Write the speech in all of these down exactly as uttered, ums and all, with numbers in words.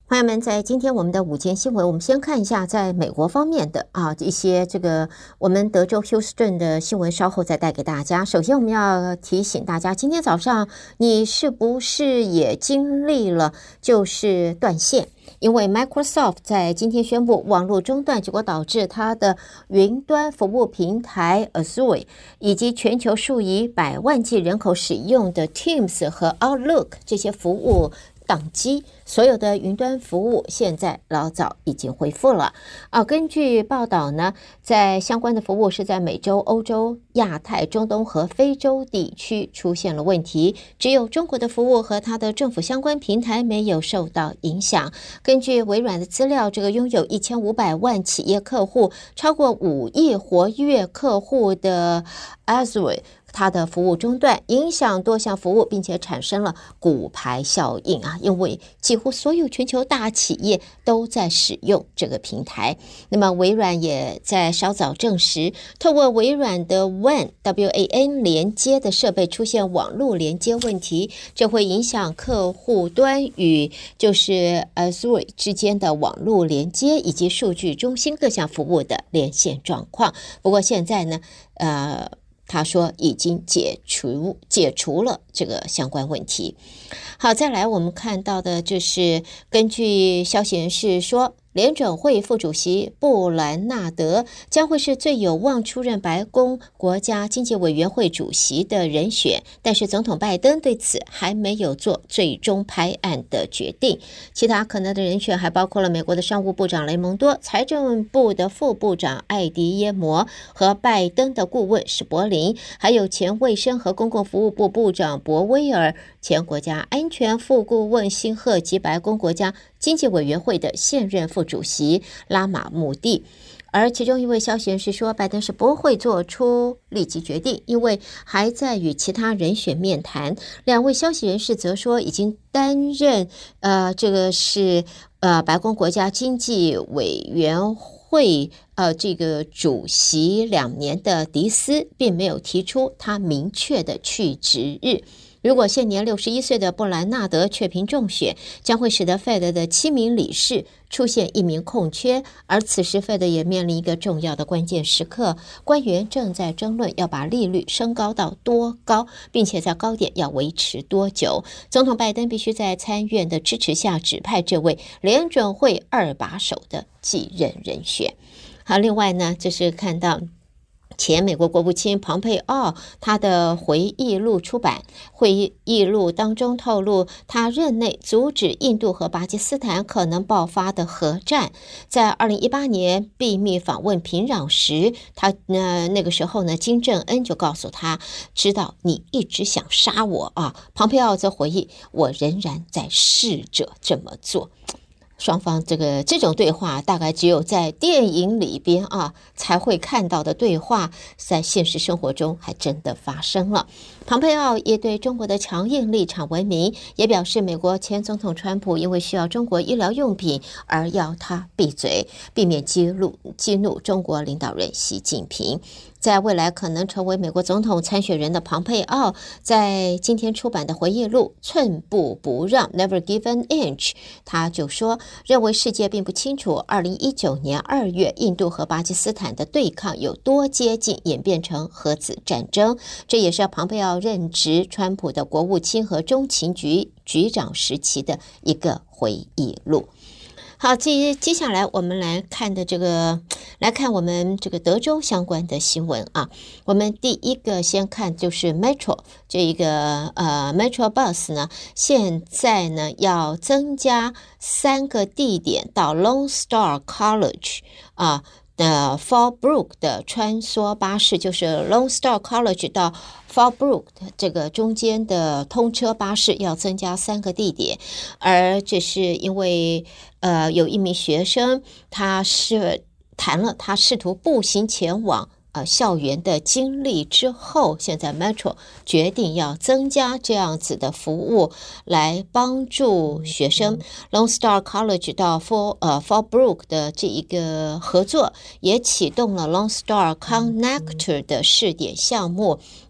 朋友们，在今天我们的午间新闻，我们先看一下在美国方面的啊一些这个我们德州休斯顿的新闻，稍后再带给大家。首先，我们要提醒大家，今天早上你是不是也经历了就是断线？因为 Microsoft 在今天宣布网络中断，结果导致它的云端服务平台 Azure 以及全球数以百万计人口使用的 Teams 和 Outlook 这些服务宕机，所有的云端服务现在老早已经恢复了啊。根据报道呢，在相关的服务是在美洲、欧洲、亚太、中东和非洲地区出现了问题，只有中国的服务和它的政府相关平台没有受到影响。根据微软的资料，这个拥有一千五百万企业客户、超过五亿活跃客户的 Azure，它的服务中断，影响多项服务，并且产生了骨牌效应啊！因为几乎所有全球大企业都在使用这个平台。那么微软也在稍早证实，透过微软的 W A N W A N 连接的设备出现网络连接问题，这会影响客户端与就是 Azure 之间的网络连接以及数据中心各项服务的连线状况。不过现在呢，呃。他说已经解除解除了这个相关问题。好，再来我们看到的就是根据消息人士说，联准会副主席布兰纳德将会是最有望出任白宫国家经济委员会主席的人选，但是总统拜登对此还没有做最终拍案的决定。其他可能的人选还包括了美国的商务部长雷蒙多、财政部的副部长艾迪耶摩和拜登的顾问史柏林，还有前卫生和公共服务部部长博威尔、前国家安全副顾问辛赫及白宫国家经济委员会的现任副主席拉马穆蒂。而其中一位消息人士说，拜登是不会做出立即决定，因为还在与其他人选面谈。两位消息人士则说，已经担任呃，这个是呃白宫国家经济委员会呃这个主席两年的迪斯，并没有提出他明确的去职日。如果现年六十一岁的布兰纳德确评中选，将会使得 Fed 的七名理事出现一名空缺，而此时 Fed 也面临一个重要的关键时刻，官员正在争论要把利率升高到多高，并且在高点要维持多久。总统拜登必须在参院的支持下指派这位联准会二把手的继任人选。好，另外呢，就是看到前美国国务卿庞佩奥他的回忆录出版，回忆录当中透露，他任内阻止印度和巴基斯坦可能爆发的核战。在二零一八年秘密访问平壤时，他呃那个时候呢，金正恩就告诉他，知道你一直想杀我啊。庞佩奥则回忆，我仍然在试着这么做。双方这个这种对话大概只有在电影里边啊才会看到的对话，在现实生活中还真的发生了。庞佩奥也对中国的强硬立场闻名，也表示美国前总统川普因为需要中国医疗用品而要他闭嘴，避免激怒激怒中国领导人习近平。在未来可能成为美国总统参选人的庞佩奥，在今天出版的回忆录《寸步不让 Never Give an Inch》，他就说，认为世界并不清楚二零一九年二月印度和巴基斯坦的对抗有多接近演变成核子战争。这也是庞佩奥任职川普的国务卿和中情局局长时期的一个回忆录。好，接接下来我们来看的这个，来看我们这个德州相关的新闻啊。我们第一个先看就是 Metro 这一个呃 Metro Bus 呢，现在呢要增加三个地点到 Lone Star College 啊。呃 Fallbrook 的穿梭巴士，就是 Lone Star College 到 Fallbrook 这个中间的通车巴士要增加三个地点，而这是因为呃有一名学生他是谈了他试图步行前往呃，校园的经历之后，现在 Metro 决定要增加这样子的服务，来帮助学生。Lone Star College 到 Fall 呃 Fallbrook 的这一个合作，也启动了 Lone Star Connector 的试点项目。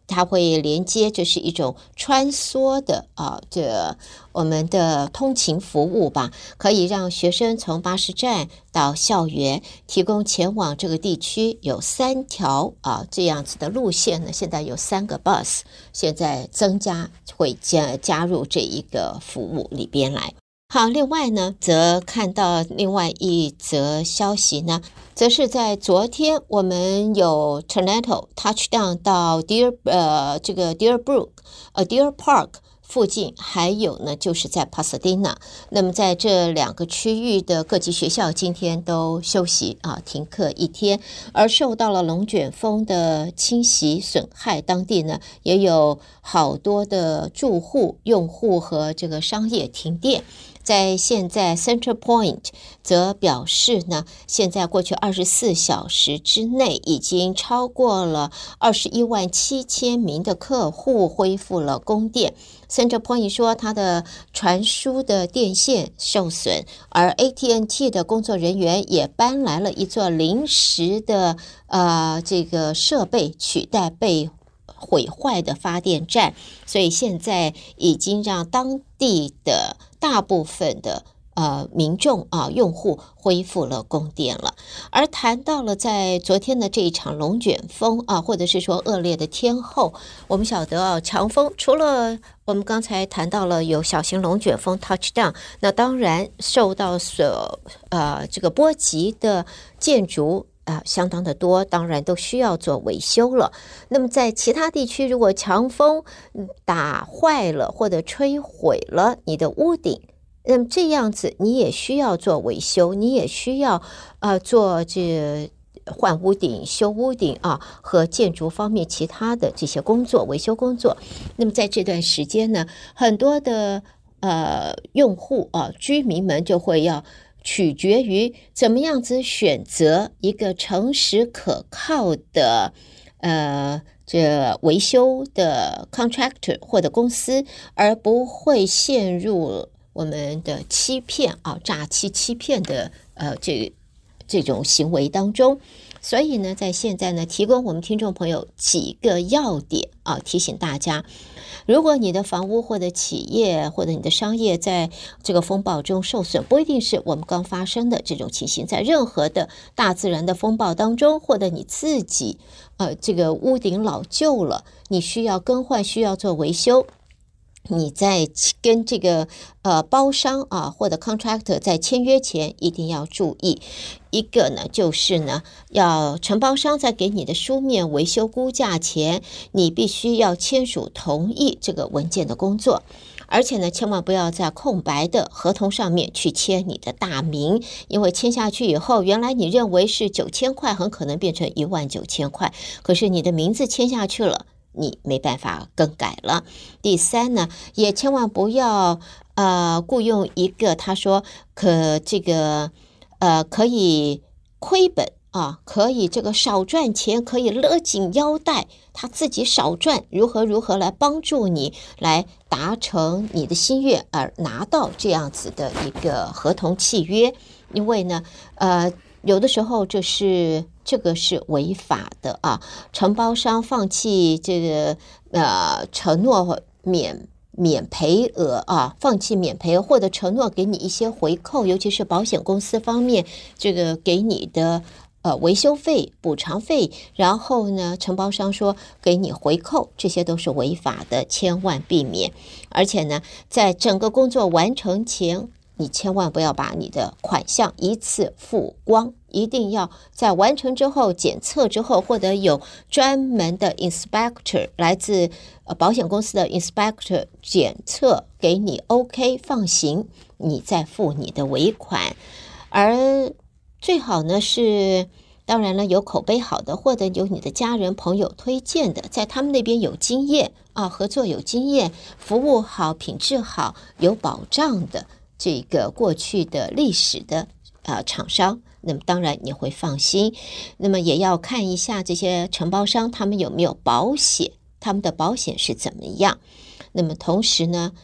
它会连接，这是一种穿梭的啊，这我们的通勤服务吧，可以让学生从巴士站到校园，提供前往这个地区有三条啊这样子的路线呢。现在有三个 bus， 现在增加会加加入这一个服务里边来。好，另外呢，则看到另外一则消息呢，则是在昨天我们有 Tornado touchdown 到 Deer 呃这个 Deerbrook 呃 Deer Park 附近，还有呢就是在 Pasadena。那么在这两个区域的各级学校今天都休息啊，停课一天，而受到了龙卷风的侵袭损害，当地呢也有好多的住户、用户和这个商业停电。在现在 Center Point 则表示呢，现在过去二十四小时之内已经超过了二十一万七千名的客户恢复了供电。Center Point 说它的传输的电线受损，而 A T and T 的工作人员也搬来了一座临时的呃这个设备取代被毁坏的发电站，所以现在已经让当地的大部分的呃民众啊用户恢复了供电了。而谈到了在昨天的这一场龙卷风啊，或者是说恶劣的天候，我们晓得啊，强风除了我们刚才谈到了有小型龙卷风 touchdown， 那当然受到所呃这个波及的建筑啊，相当的多，当然都需要做维修了。那么在其他地区，如果强风打坏了或者吹毁了你的屋顶，那么这样子你也需要做维修，你也需要呃做这换屋顶、修屋顶啊和建筑方面其他的这些工作、维修工作。那么在这段时间呢，很多的呃用户啊、居民们就会要取决于怎么样子选择一个诚实可靠的呃这维修的 contractor 或者公司，而不会陷入我们的欺骗啊诈欺欺骗的呃这这种行为当中。所以呢，在现在呢，提供我们听众朋友几个要点啊，提醒大家，如果你的房屋或者企业或者你的商业在这个风暴中受损，不一定是我们刚发生的这种情形，在任何的大自然的风暴当中，或者你自己呃这个屋顶老旧了，你需要更换，需要做维修，你在跟这个呃包商啊或者 contractor 在签约前一定要注意，一个呢就是呢要承包商在给你的书面维修估价前，你必须要签署同意这个文件的工作。而且呢，千万不要在空白的合同上面去签你的大名，因为签下去以后，原来你认为是九千块，很可能变成一万九千块，可是你的名字签下去了，你没办法更改了。第三呢，也千万不要呃雇佣一个他说可这个呃可以亏本啊，可以这个少赚钱，可以勒紧腰带，他自己少赚，如何如何来帮助你来达成你的心愿，而拿到这样子的一个合同契约。因为呢，呃，有的时候这是这个是违法的啊，承包商放弃这个呃承诺免。免赔额啊，放弃免赔额，或者承诺给你一些回扣，尤其是保险公司方面，这个给你的呃维修费、补偿费，然后呢，承包商说给你回扣，这些都是违法的，千万避免。而且呢，在整个工作完成前，你千万不要把你的款项一次付光，一定要在完成之后检测之后，或者有专门的 inspector 来自呃保险公司的 inspector 检测给你 OK 放行，你再付你的尾款。而最好呢是当然了，有口碑好的，或者有你的家人朋友推荐的，在他们那边有经验啊，合作有经验，服务好，品质好，有保障的这个过去的历史的呃厂商，那么当然你会放心。那么也要看一下这些承包商他们有没有保险，他们的保险是怎么样。那么同时呢，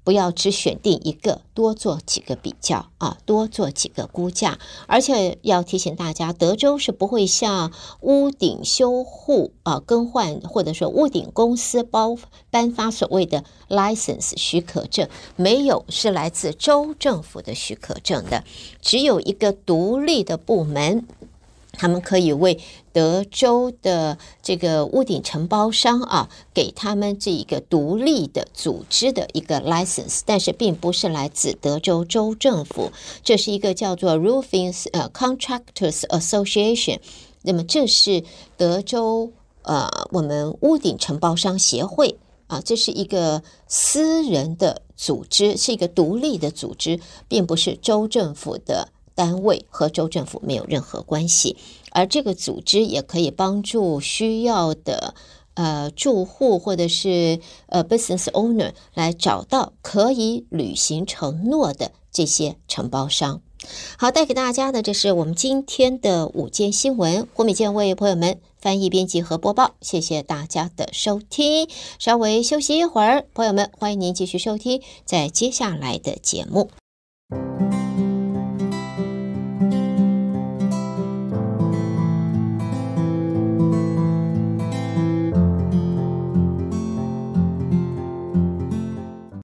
不要只选定一个，多做几个比较啊，多做几个估价。而且要提醒大家，德州是不会向屋顶修护啊更换，或者说屋顶公司包颁发所谓的 license 许可证，没有是来自州政府的许可证的，只有一个独立的部门。他们可以为德州的这个屋顶承包商啊，给他们这一个独立的组织的一个 license， 但是并不是来自德州州政府，这是一个叫做 Roofing 呃 Contractors Association。那么这是德州呃我们屋顶承包商协会啊，这是一个私人的组织，是一个独立的组织，并不是州政府的单位，和州政府没有任何关系。而这个组织也可以帮助需要的呃住户或者是呃 business owner 来找到可以履行承诺的这些承包商。好，带给大家的这是我们今天的午间新闻，胡美健为朋友们翻译编辑和播报，谢谢大家的收听。稍微休息一会儿，朋友们欢迎您继续收听在接下来的节目。